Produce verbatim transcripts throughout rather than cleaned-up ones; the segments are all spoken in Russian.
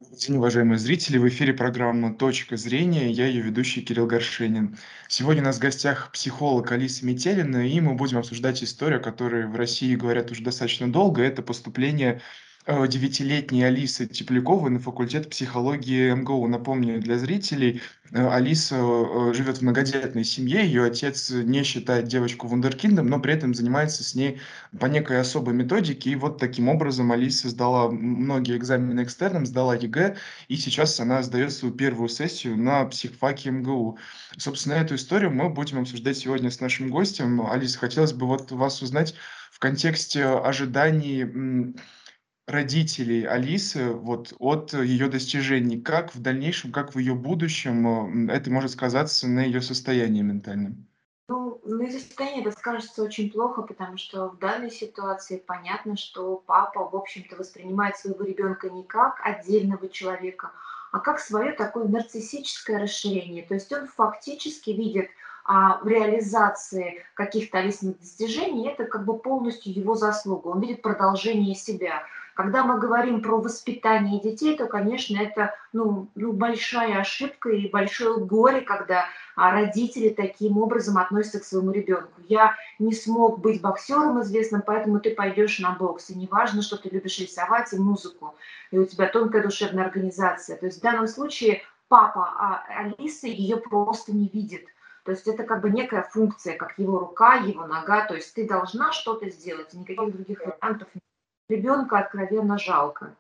Добрый день, уважаемые зрители! В эфире программа "Точка зрения". Я ее ведущий Кирилл Горшенин. Сегодня у нас в гостях психолог Алиса Метелина, и мы будем обсуждать историю, о которой в России говорят уже достаточно долго. Это поступление, э, девятилетней Алисы Тепляковой на факультет психологии МГУ. Напомню для зрителей, э, Алиса, э, живет в многодетной семье. Ее отец не считает девочку вундеркиндом, но при этом занимается с ней по некой особой методике. И вот таким образом Алиса сдала м многие экзамены экстерном, сдала ЕГЭ, и сейчас она сдает свою первую сессию на психфаке МГУ. Собственно, эту историю мы будем обсуждать сегодня с нашим гостем. Алиса, хотелось бы вот у вас узнать в контексте ожиданий, м, родителей Алисы вот от ее достижений. Как в дальнейшем, как в ее будущем, м, это может сказаться на ее состоянии ментальном? Ну, на её состоянии это скажется очень плохо, потому что в данной ситуации понятно, что папа, в общем-то, воспринимает своего ребенка не как отдельного человека, а как свое такое нарциссическое расширение. То есть он фактически видит, а, в реализации каких-то Алисиных достижений это как бы полностью его заслуга. Он видит продолжение себя. Когда мы говорим про воспитание детей, то, конечно, это, ну ну, большая ошибка и большое горе, когда, а, родители таким образом относятся к своему ребенку. Я не смог быть боксером известным, поэтому ты пойдешь на бокс. И неважно, что ты любишь рисовать и музыку, и у тебя тонкая душевная организация. То есть в данном случае папа, а, Алисы ее просто не видит. То есть это как бы некая функция, как его рука, его нога. То есть ты должна что-то сделать, и никаких других вариантов нет. Ребенка откровенно жалко.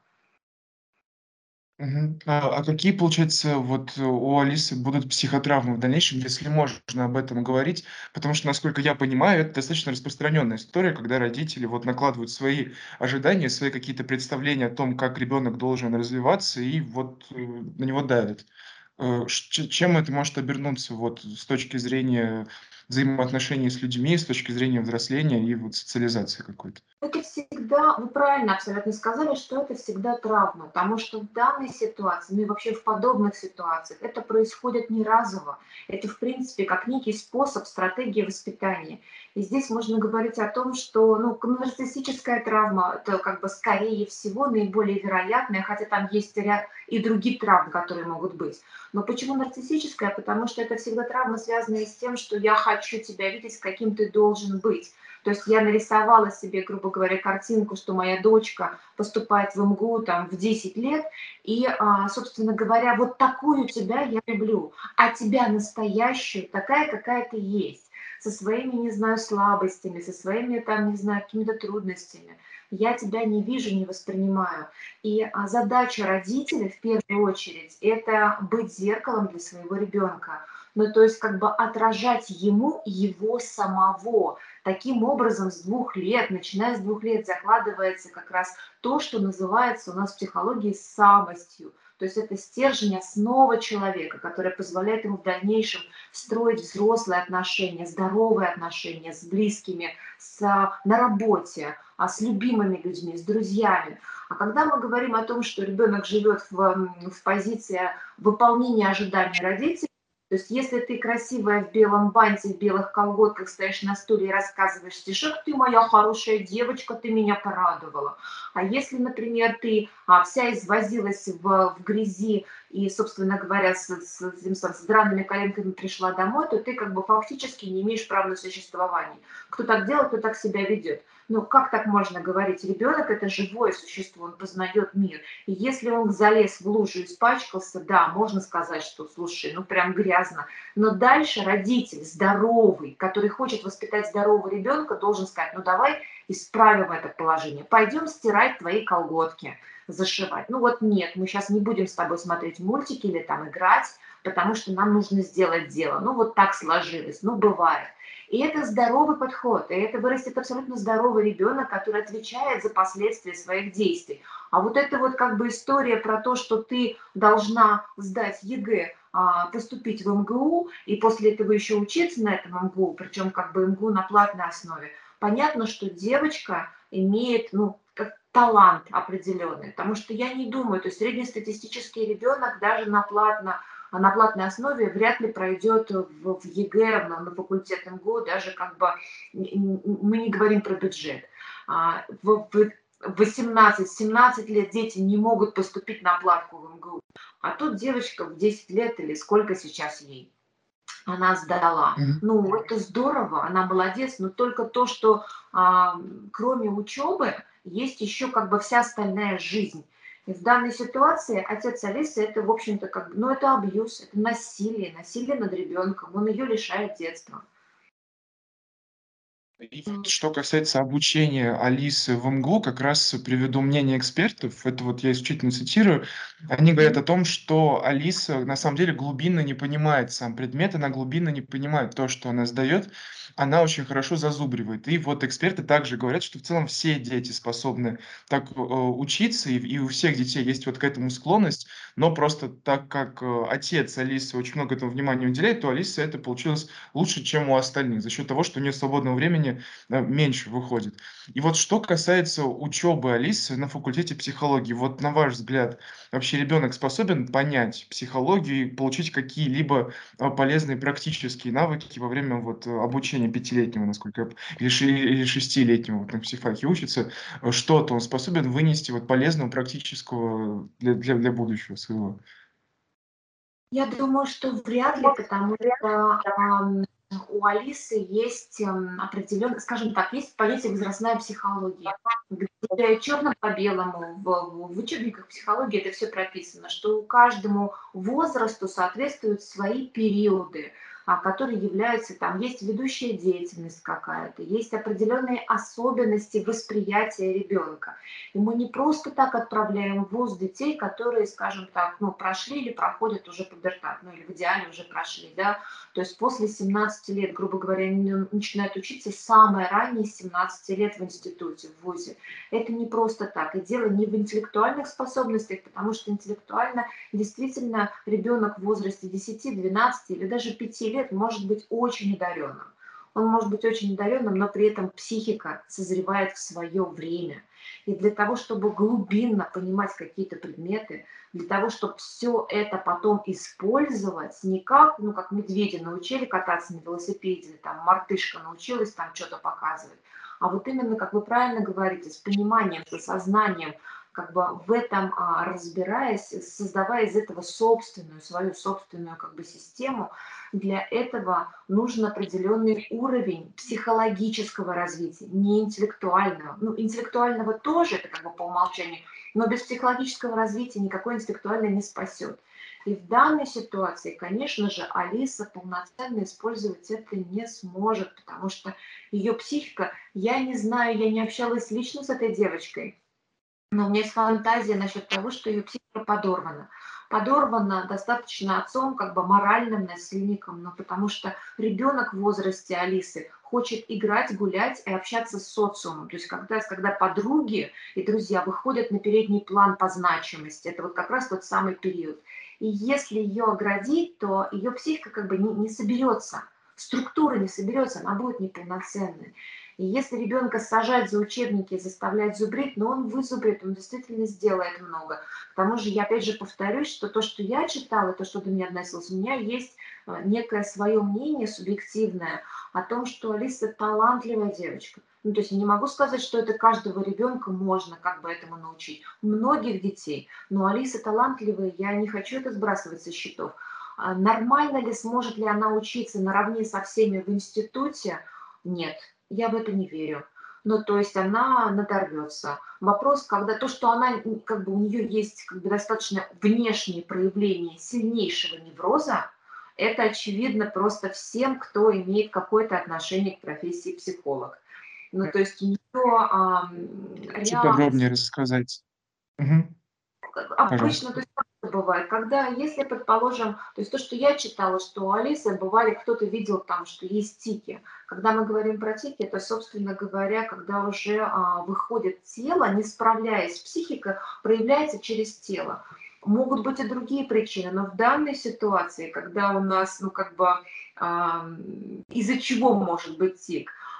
Мгм. А а какие, получается, вот у Алисы будут психотравмы в дальнейшем, если можно об этом говорить? Потому что, насколько я понимаю, это достаточно распространенная история, когда родители вот накладывают свои ожидания, свои какие-то представления о том, как ребенок должен развиваться, и вот, э, на него давят. Э, ш чем это может обернуться вот с точки зрения взаимоотношений с людьми, с точки зрения взросления и вот социализации какой-то? Это всегда, вы правильно абсолютно сказали, что это всегда травма, потому что в данной ситуации, ну и вообще в подобных ситуациях, это происходит не разово. Это, в принципе, как некий способ, стратегия воспитания. И здесь можно говорить о том, что, ну, к нарциссическая травма- это как бы скорее всего наиболее вероятная, хотя там есть ряд и других травм, которые могут быть. Но почему нарциссическая? Потому что это всегда травма, связанная с тем, что я хочу тебя видеть, каким ты должен быть. То есть я нарисовала себе, грубо говоря, картинку, что моя дочка поступает в МГУ там в десять лет, и, а, собственно говоря, вот такую тебя я люблю, а тебя настоящую, такая, какая ты есть, со своими, не знаю, слабостями, со своими там, не знаю, какими-то трудностями. Я тебя не вижу, не воспринимаю. И, а, задача родителя, в первую очередь- это быть зеркалом для своего ребенка. Ну, то есть как бы отражать ему его самого. Таким образом, с двух лет, начиная с двух лет, закладывается как раз то, что называется у нас в психологии самостью. То есть это стержень, основа человека, которая позволяет ему в дальнейшем строить взрослые отношения, здоровые отношения с близкими, с на работе, а, с любимыми людьми, с друзьями. А когда мы говорим о том, что ребенок живет в, м, в позиции выполнения ожиданий родителей, то есть если ты красивая в белом банте, в белых колготках стоишь на стуле и рассказываешь стишок: "Ты моя хорошая девочка, ты меня порадовала". А если, например, ты, а, вся извозилась в в грязи и, собственно говоря, с с этим с с драными коленками пришла домой, то ты как бы фактически не имеешь права на существование. Кто так делает, кто так себя ведет. Ну, как так можно говорить? Ребенок- это живое существо, он познает мир. И если он залез в лужу, испачкался, да, можно сказать, что: "Слушай, ну, прям грязно". Но дальше родитель здоровый, который хочет воспитать здорового ребенка, должен сказать: "Ну, давай исправим это положение. Пойдем стирать твои колготки, зашивать". Ну вот нет, мы щас не будем с тобой смотреть мультики или там играть, потому что нам нужно сделать дело. Ну, вот так сложилось, ну, бывает. И это здоровый подход, и это вырастет абсолютно здоровый ребенок, который отвечает за последствия своих действий. А вот эта вот как бы история про то, что ты должна сдать ЕГЭ, а, поступить в МГУ и после этого еще учиться на этом МГУ, причем как бы МГУ на платной основе. Понятно, что девочка имеет, ну, как талант определенный, потому что я не думаю, то есть среднестатистический ребенок даже на платно а, на платной основе вряд ли пройдет в в ЕГЭ на на факультет МГУ, даже как бы н н мы не говорим про бюджет. А, в в восемнадцать-семнадцать лет дети не могут поступить на платку в МГУ, а тут девочка в десять лет или сколько сейчас ей, она сдала. Мгм. Ну, это здорово, она молодец, но только то, что а, кроме учебы есть еще как бы вся остальная жизнь. И в данной ситуации отец Алисы это, в общем-то, как бы, ну, это абьюз, это насилие, насилие над ребенком, он ее лишает детства. И вот что касается обучения Алисы в МГУ, как раз приведу мнение экспертов. Это вот я исключительно цитирую. Они говорят Мгм. о том, что Алиса на самом деле глубинно не понимает сам предмет, она глубинно не понимает то, что она сдает. Она очень хорошо зазубривает. И вот эксперты также говорят, что в целом все дети способны так э, учиться, и, и у всех детей есть вот к этому склонность, но просто так как э, отец Алисы очень много этому внимания уделяет, то Алиса это получилось лучше, чем у остальных, за счет того, что у нее свободного времени э, меньше выходит. И вот что касается учебы Алисы на факультете психологии, вот на ваш взгляд, вообще ребенок способен понять психологию и получить какие-либо а, полезные практические навыки во время вот э, обучения пятилетнего, насколько я п- или, ши- или шестилетнего вот на психфаке учится, э, что-то он способен вынести вот полезного практического для, для, для будущего своего. Я думаю, что вряд ли, потому что, ам, у Алисы есть, эм, определённый, скажем так, есть понятие возрастная психология, где черным по белому в в в учебниках психологии это все прописано, что каждому возрасту соответствуют свои периоды, а, которые являются там есть ведущая деятельность какая-то, есть определенные особенности восприятия ребенка. И мы не просто так отправляем в вуз детей, которые, скажем так, ну, прошли или проходят уже пубертат, ну, или в идеале уже прошли, да. То есть после семнадцати лет, грубо говоря, они н начинают учиться самое раннее с семнадцати лет в институте, в вузе. Это не просто так. И дело не в интеллектуальных способностях, потому что интеллектуально действительно ребенок в возрасте десяти, двенадцати или даже пяти лет может быть очень одаренным. Он может быть очень одаренным, но при этом психика созревает в свое время. И для того, чтобы глубинно понимать какие-то предметы, для того, чтобы все это потом использовать, не как, ну, как медведи научили кататься на велосипеде, или там мартышка научилась там что-то показывать, а вот именно, как вы правильно говорите, с пониманием, с осознанием, как бы в этом а, разбираясь, создавая из этого собственную, свою собственную как бы систему, для этого нужен определенный уровень психологического развития, не интеллектуального. Ну, интеллектуального тоже, это как бы по умолчанию, но без психологического развития никакой интеллектуальный не спасет. И в данной ситуации, конечно же, Алиса полноценно использовать это не сможет, потому что ее психика, я не знаю, я не общалась лично с этой девочкой, но у меня есть фантазия насчет того, что ее психика подорвана. Подорвана достаточно отцом, как бы моральным насильником, но потому что ребенок в возрасте Алисы хочет играть, гулять и общаться с социумом. То есть когда, когда подруги и друзья выходят на передний план по значимости, это вот как раз тот самый период. И если ее оградить, то ее психика как бы не, не соберется, структура не соберется, она будет неполноценной. И если ребенка сажать за учебники и заставлять зубрить, ну, он вызубрит, он действительно сделает много. К тому же, я опять же повторюсь, что то, что я читала, то, что до меня доносилось, у меня есть э, некое свое мнение субъективное о том, что Алиса талантливая девочка. Ну, то есть я не могу сказать, что это каждого ребенка можно как бы этому научить. Многих детей. Но Алиса талантливая, я не хочу это сбрасывать со счетов. А нормально ли, сможет ли она учиться наравне со всеми в институте? Нет, я в это не верю. Ну, то есть она надорвется. Вопрос, когда то, что она, как бы у нее есть как бы достаточно внешние проявления сильнейшего невроза, это очевидно просто всем, кто имеет какое-то отношение к профессии психолог. Ну, М, то есть у нее ам, Можете реакция подробнее рассказать? Мгм. как Пожалуйста. обычно, то есть как это бывает, когда, если, предположим, то есть то, что я читала, что у Алисы бывали, кто-то видел там, что есть тики. Когда мы говорим про тики, это, собственно говоря, когда уже а, выходит тело, не справляясь, психика проявляется через тело. Могут быть и другие причины, но в данной ситуации, когда у нас, ну, как бы, а, из-за чего может быть тик?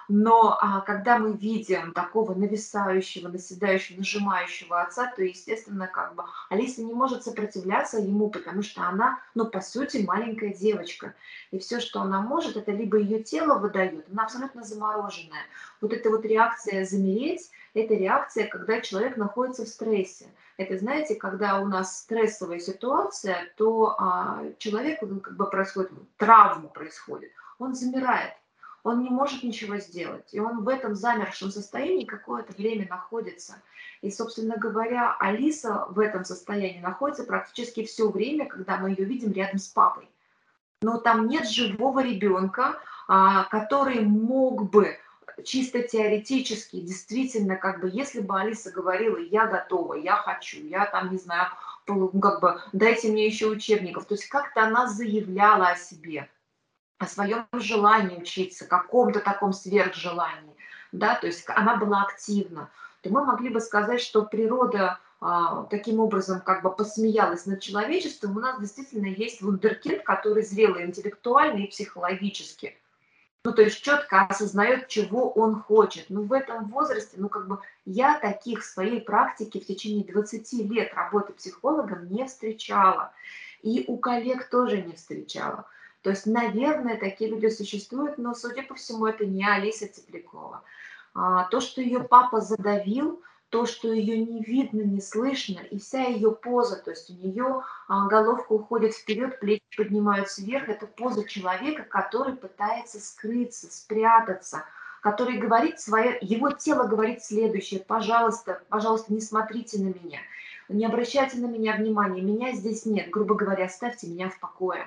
Но а, когда мы видим такого нависающего, наседающего, нажимающего отца, то, естественно, как бы Алиса не может сопротивляться ему, потому что она, ну, по сути, маленькая девочка. И все, что она может, это либо ее тело выдает, она абсолютно замороженная. Вот эта вот реакция замереть, это реакция, когда человек находится в стрессе. Это, знаете, когда у нас стрессовая ситуация, то а, человеку, ну, как бы происходит, травма происходит, он замирает, он не может ничего сделать, и он в этом замершем состоянии какое-то время находится. И, собственно говоря, Алиса в этом состоянии находится практически все время, когда мы ее видим рядом с папой. Но там нет живого ребенка, а, который мог бы чисто теоретически, действительно, как бы, если бы Алиса говорила, я готова, я хочу, я там, не знаю, ну, как бы, дайте мне еще учебников, то есть как-то она заявляла о себе, о своем желании учиться, каком-то таком сверхжелании, да, то есть она была активна, то мы могли бы сказать, что природа а, таким образом как бы посмеялась над человечеством, у нас действительно есть вундеркинд, который зрелый интеллектуально и психологически. Ну, то есть четко осознает, чего он хочет. Но в этом возрасте, ну, как бы я таких в своей практике в течение двадцати лет работы психологом не встречала. И у коллег тоже не встречала. То есть, наверное, такие люди существуют, но, судя по всему, это не Алиса Теплякова. А, то, что ее папа задавил, то, что ее не видно, не слышно, и вся ее поза, то есть у нее а, головка уходит вперед, плечи поднимаются вверх, это поза человека, который пытается скрыться, спрятаться, который говорит свое, его тело говорит следующее: пожалуйста, пожалуйста, не смотрите на меня, не обращайте на меня внимания, меня здесь нет, грубо говоря, оставьте меня в покое.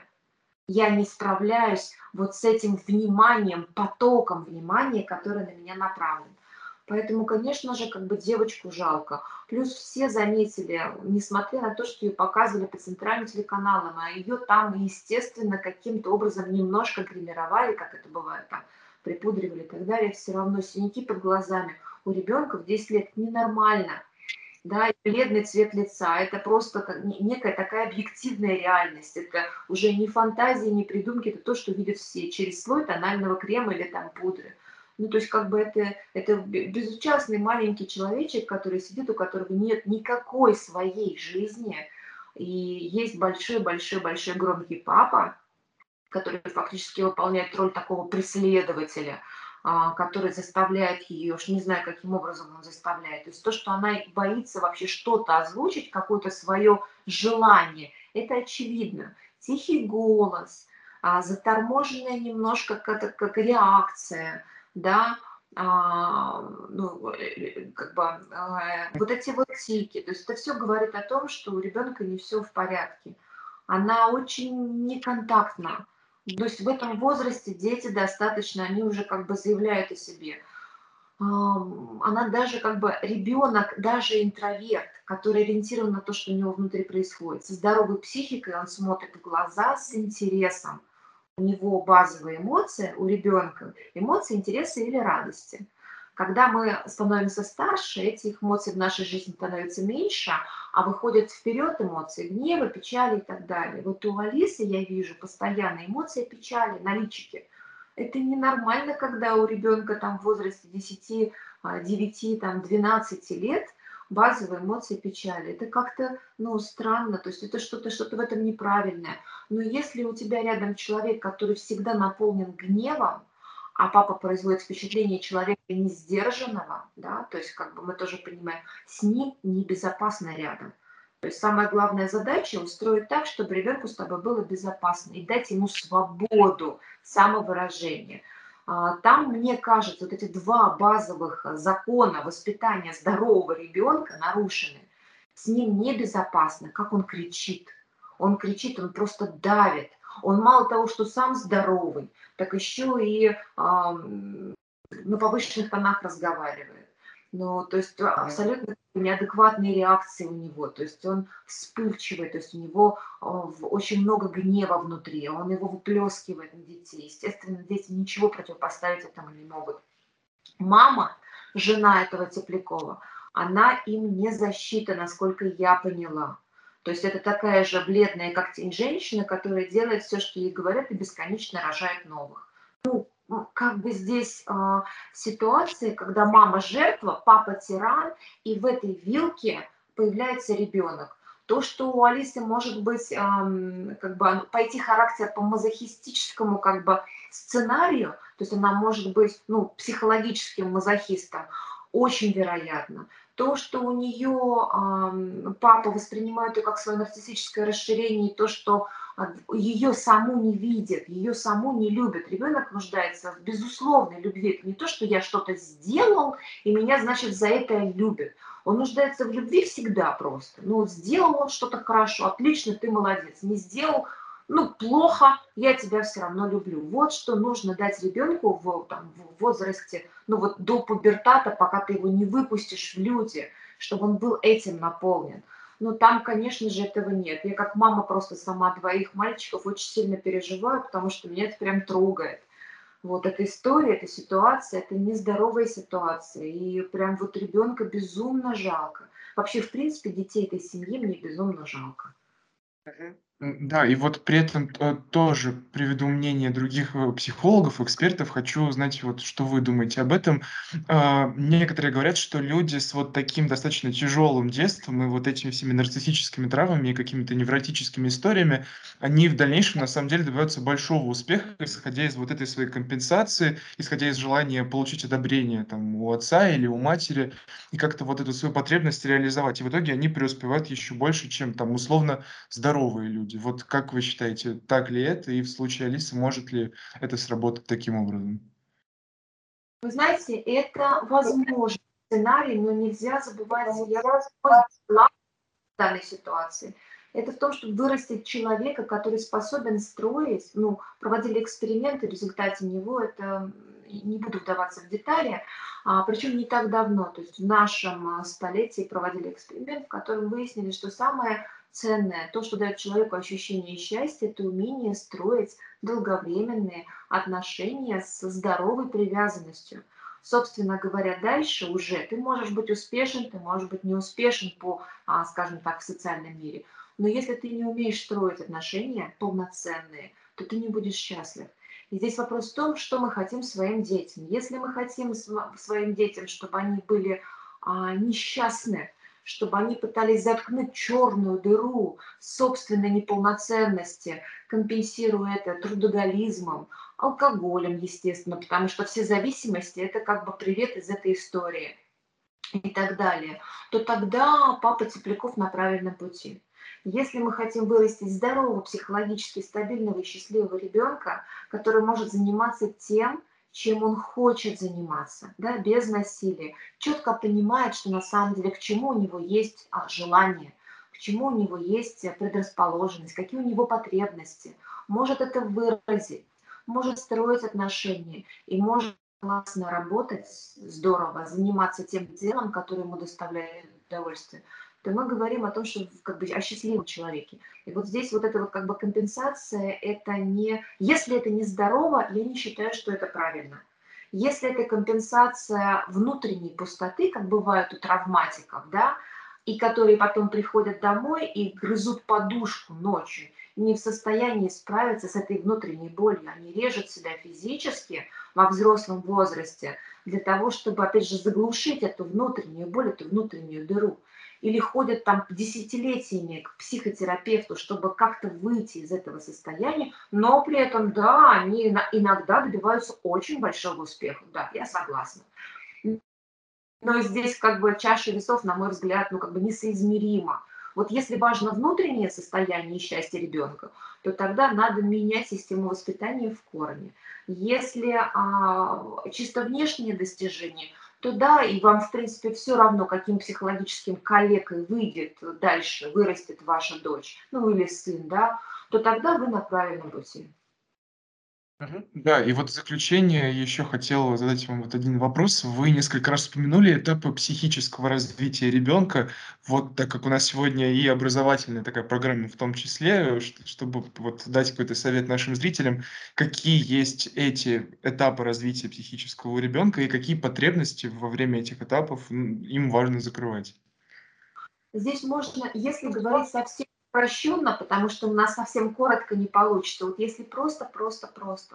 Я не справляюсь вот с этим вниманием, потоком внимания, который на меня направлен. Поэтому, конечно же, как бы девочку жалко. Плюс все заметили, несмотря на то, что ее показывали по центральным телеканалам, а ее там, естественно, каким-то образом немножко гримировали, как это бывает, там, припудривали и так далее, все равно синяки под глазами у ребенка в десять лет ненормально. Да, и бледный цвет лица — это просто как не- некая такая объективная реальность. Это уже не фантазии, не придумки, это то, что видят все через слой тонального крема или там пудры. Ну, то есть как бы это, это бе- безучастный маленький человечек, который сидит, у которого нет никакой своей жизни, и есть большой-большой-большой громкий папа, который фактически выполняет роль такого преследователя, а, который заставляет ее, уж не знаю, каким образом он заставляет. То есть то, что она боится вообще что-то озвучить, какое-то свое желание, это очевидно. Тихий голос, а, заторможенная немножко как, как реакция, да, а, ну, э, как бы а, вот эти вот тики. То есть это все говорит о том, что у ребенка не все в порядке. Она очень неконтактна. То есть в этом возрасте дети достаточно, они уже как бы заявляют о себе. Ам, Она даже как бы ребенок, даже интроверт, который ориентирован на то, что у него внутри происходит. Со здоровой психикой он смотрит в глаза с интересом. У него базовые эмоции, у ребенка эмоции, интересы или радости. Когда мы становимся старше, этих эмоций в нашей жизни становится меньше, а выходят вперед эмоции гнева, печали и так далее. Вот у Алисы я вижу постоянно эмоции печали на личике. Это ненормально, когда у ребенка там в возрасте десяти, а, девяти, там, двенадцати лет базовые эмоции печали. Это как-то, ну, странно, то есть это что-то что-то в этом неправильное. Но если у тебя рядом человек, который всегда наполнен гневом, а папа производит впечатление человека несдержанного, да, то есть как бы мы тоже понимаем, с ним небезопасно рядом. То есть самая главная задача — устроить так, чтобы ребенку с тобой было безопасно и дать ему свободу самовыражения. А, Там, мне кажется, вот эти два базовых а, закона воспитания здорового ребенка нарушены. С ним небезопасно, как он кричит. Он кричит, он просто давит. Он мало того, что сам здоровый, так еще и ам, на повышенных тонах разговаривает. Ну, то есть а, абсолютно неадекватные реакции у него, то есть он вспыльчивый, то есть у него а, в- очень много гнева внутри, он его выплескивает на детей. Естественно, дети ничего противопоставить этому не могут. Мама, жена этого Теплякова, она им не защита, насколько я поняла. То есть это такая же бледная, как тень женщина, которая делает все, что ей говорят, и бесконечно рожает новых. м, как бы здесь а, ситуация, когда мама жертва, папа тиран, и в этой вилке появляется ребенок. То, что у Алисы может быть, ам, как бы ан- пойти характер по мазохистическому как бы сценарию, то есть она может быть, ну, психологическим мазохистом, очень вероятно. То, что у нее папа воспринимает ее как свое нарциссическое расширение, и то, что а, ее саму не видит, ее саму не любит. Ребенок нуждается в безусловной любви. Это не то, что я что-то сделал, и меня, значит, за это любят. Он нуждается в любви всегда просто. Ну, вот сделал он что-то хорошо, отлично, ты молодец. Не сделал, ну, плохо, я тебя все равно люблю. Вот что нужно дать ребенку в, там, в возрасте, ну вот до пубертата, пока ты его не выпустишь в люди, чтобы он был этим наполнен. Но там, конечно же, этого нет. Я как мама просто сама двоих мальчиков очень сильно переживаю, потому что меня это прям трогает. Вот эта история, эта ситуация, это нездоровая ситуация. И прям вот ребенка безумно жалко. Вообще, в принципе, детей этой семьи мне безумно жалко. Мгм. М, да, и вот при этом, э, тоже приведу мнение других, э, психологов, экспертов. Хочу узнать, вот что вы думаете об этом. А, некоторые говорят, что люди с вот таким достаточно тяжелым детством и вот этими всеми нарциссическими травмами и какими-то невротическими историями, они в дальнейшем на самом деле добиваются большого успеха, исходя из вот этой своей компенсации, исходя из желания получить одобрение там у отца или у матери, и как-то вот эту свою потребность реализовать. И в итоге они преуспевают еще больше, чем там условно здоровые люди. Вот как вы считаете, так ли это? И в случае Алисы может ли это сработать таким образом? Вы знаете, это возможный сценарий, но нельзя забывать, я в данной ситуации. Это в том, чтобы вырастить человека, который способен строить, ну, проводили эксперименты, в результате него это, не буду вдаваться в детали, а, причем не так давно, то есть в нашем а, столетии проводили эксперимент, в котором выяснили, что самое ценное, то, что дает человеку ощущение счастья, это умение строить долговременные отношения с здоровой привязанностью. Собственно говоря, дальше уже ты можешь быть успешен, ты можешь быть неуспешен по а, скажем так, в социальном мире. Но если ты не умеешь строить отношения полноценные, то ты не будешь счастлив. И здесь вопрос в том, что мы хотим своим детям. Если мы хотим своим детям, чтобы они были а, несчастны, чтобы они пытались заткнуть черную дыру собственной неполноценности, компенсируя это трудоголизмом, алкоголем, естественно, потому что все зависимости – это как бы привет из этой истории и так далее, то тогда папа Тепляков на правильном пути. Если мы хотим вырастить здорового, психологически стабильного и счастливого ребенка, который может заниматься тем, чем он хочет заниматься, да, без насилия, четко понимает, что на самом деле к чему у него есть а, желание, к чему у него есть э, предрасположенность, какие у него потребности, может это выразить, может строить отношения и может классно работать, здорово, заниматься тем делом, которое ему доставляет удовольствие, то мы говорим о том, что как бы о счастливом человеке. И вот здесь вот эта вот как бы компенсация, это не... Если это не здорово, я не считаю, что это правильно. Если это компенсация внутренней пустоты, как бывает у травматиков, да, и которые потом приходят домой и грызут подушку ночью, не в состоянии справиться с этой внутренней болью, они режут себя физически, во взрослом возрасте для того, чтобы, опять же, заглушить эту внутреннюю боль, эту внутреннюю дыру. Или ходят там десятилетиями к психотерапевту, чтобы как-то выйти из этого состояния, но при этом, да, они иногда добиваются очень большого успеха. Да, я согласна. Но здесь как бы чаша весов, на мой взгляд, ну как бы несоизмеримо. Вот если важно внутреннее состояние и счастье ребенка, то тогда надо менять систему воспитания в корне. Если а, чисто внешние достижения, то да, и вам, в принципе, все равно, каким психологическим коллегой выйдет дальше, вырастет ваша дочь, ну или сын, да, то тогда вы на правильном пути. Мгм. Да, и вот в заключение еще хотел задать вам вот один вопрос. Вы несколько раз упомянули этапы психического развития ребенка. Вот так как у нас сегодня и образовательная такая программа в том числе, ш- чтобы вот дать какой-то совет нашим зрителям, какие есть эти этапы развития психического у ребенка и какие потребности во время этих этапов м, им важно закрывать. Здесь можно, если говорить совсем упрощенно, потому что у нас совсем коротко не получится, вот если просто, просто, просто,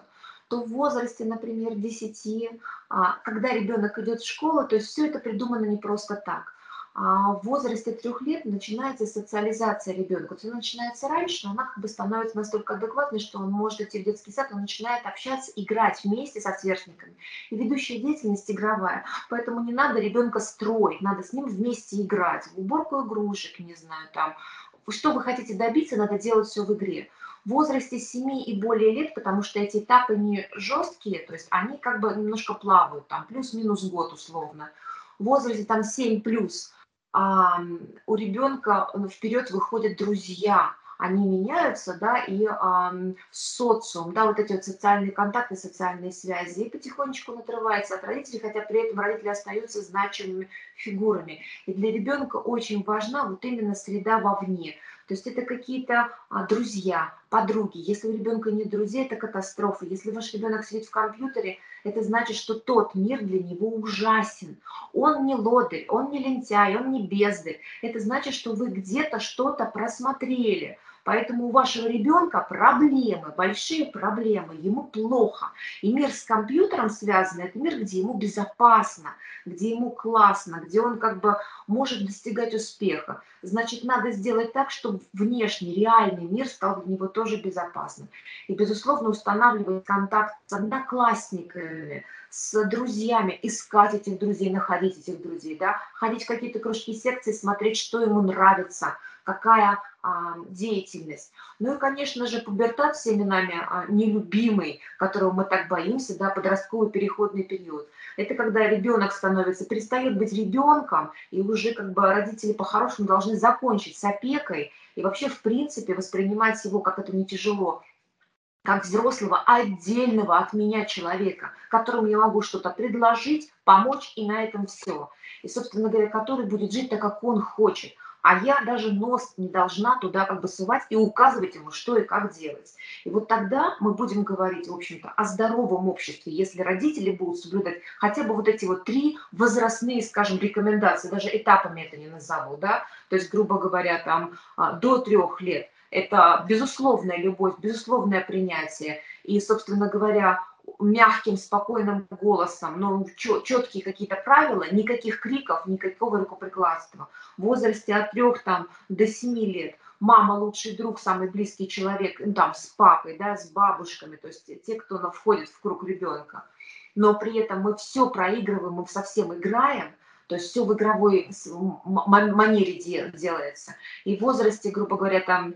то в возрасте, например, десяти, а, когда ребенок идет в школу, то есть все это придумано не просто так. А в возрасте трех лет начинается социализация ребенка. То есть она начинается раньше, но она как бы становится настолько адекватной, что он может идти в детский сад, он начинает общаться, играть вместе со сверстниками. И ведущая деятельность игровая. Поэтому не надо ребенка строить, надо с ним вместе играть. В уборку игрушек, не знаю, там. Что вы хотите добиться, надо делать все в игре. В возрасте семи и более лет, потому что эти этапы не жесткие, то есть они как бы немножко плавают, там плюс-минус год условно. В возрасте там семь плюс а, у ребенка вперед выходят друзья, они меняются, да, и а, социум, да, вот эти вот социальные контакты, социальные связи, и потихонечку он отрывается от родителей, хотя при этом родители остаются значимыми фигурами. И для ребенка очень важна вот именно среда вовне. То есть это какие-то а, друзья, подруги. Если у ребенка нет друзей, это катастрофа. Если ваш ребенок сидит в компьютере, это значит, что тот мир для него ужасен. Он не лодырь, он не лентяй, он не бездарь. Это значит, что вы где-то что-то просмотрели. Поэтому у вашего ребенка проблемы, большие проблемы, ему плохо. И мир с компьютером связан, это мир, где ему безопасно, где ему классно, где он как бы может достигать успеха. Значит, надо сделать так, чтобы внешний, реальный мир стал для него тоже безопасным. И, безусловно, устанавливать контакт с одноклассниками, с друзьями, искать этих друзей, находить этих друзей, да, ходить в какие-то кружки, секции, смотреть, что ему нравится, какая а, деятельность. Ну и, конечно же, пубертат всеми нами а, нелюбимый, которого мы так боимся, да, подростковый переходный период. Это когда ребенок становится, перестает быть ребенком, и уже как бы родители по-хорошему должны закончить с опекой и вообще, в принципе, воспринимать его, как это не тяжело, как взрослого, отдельного от меня человека, которому я могу что-то предложить, помочь, и на этом все. И, собственно говоря, который будет жить так, как он хочет. А я даже нос не должна туда как бы сувать и указывать ему, что и как делать. И вот тогда мы будем говорить, в общем-то, о здоровом обществе, если родители будут соблюдать хотя бы вот эти вот три возрастные, скажем, рекомендации, даже этапами это не назову, да, то есть, грубо говоря, там а, до трех лет. Это безусловная любовь, безусловное принятие. И, собственно говоря, мягким, спокойным голосом, но четкие какие-то правила, никаких криков, никакого рукоприкладства. В возрасте от трех там, до семи лет мама лучший друг, самый близкий человек, ну, там, с папой, да, с бабушками, то есть те, кто ну, входит в круг ребенка. Но при этом мы все проигрываем, мы совсем играем, то есть все в игровой манере делается. И в возрасте, грубо говоря, там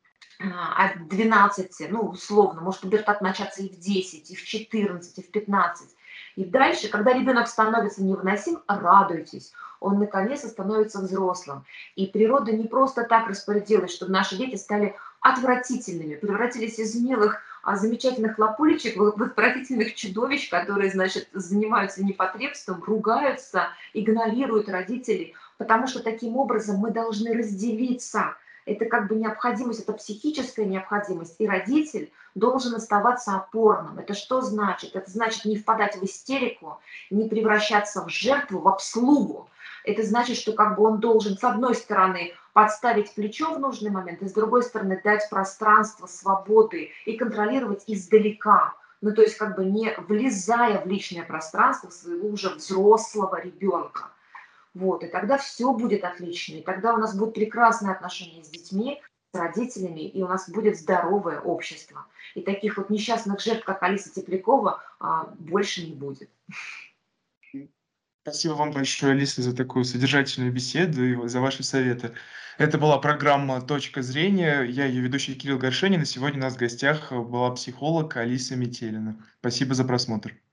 от двенадцати, ну, условно, может пубертат начаться и в десять, и в четырнадцать, и в пятнадцать. И дальше, когда ребенок становится невыносим, радуйтесь, он наконец-то становится взрослым. И природа не просто так распорядилась, чтобы наши дети стали отвратительными, превратились из милых, а, замечательных лапулечек в отвратительных чудовищ, которые, значит, занимаются непотребством, ругаются, игнорируют родителей, потому что таким образом мы должны разделиться. Это как бы необходимость, это психическая необходимость. И родитель должен оставаться опорным. Это что значит? Это значит не впадать в истерику, не превращаться в жертву, в обслугу. Это значит, что как бы он должен, с одной стороны, подставить плечо в нужный момент, и с другой стороны, дать пространство свободы и контролировать издалека. Ну, то есть как бы не влезая в личное пространство своего уже взрослого ребенка. Вот, и тогда все будет отлично, и тогда у нас будут прекрасные отношения с детьми, с родителями, и у нас будет здоровое общество. И таких вот несчастных жертв, как Алиса Теплякова, а, больше не будет. Спасибо вам большое, Алиса, за такую содержательную беседу и за ваши советы. Это была программа «Точка зрения». Я ее ведущий Кирилл Горшенин, и сегодня у нас в гостях была психолог Алиса Метелина. Спасибо за просмотр.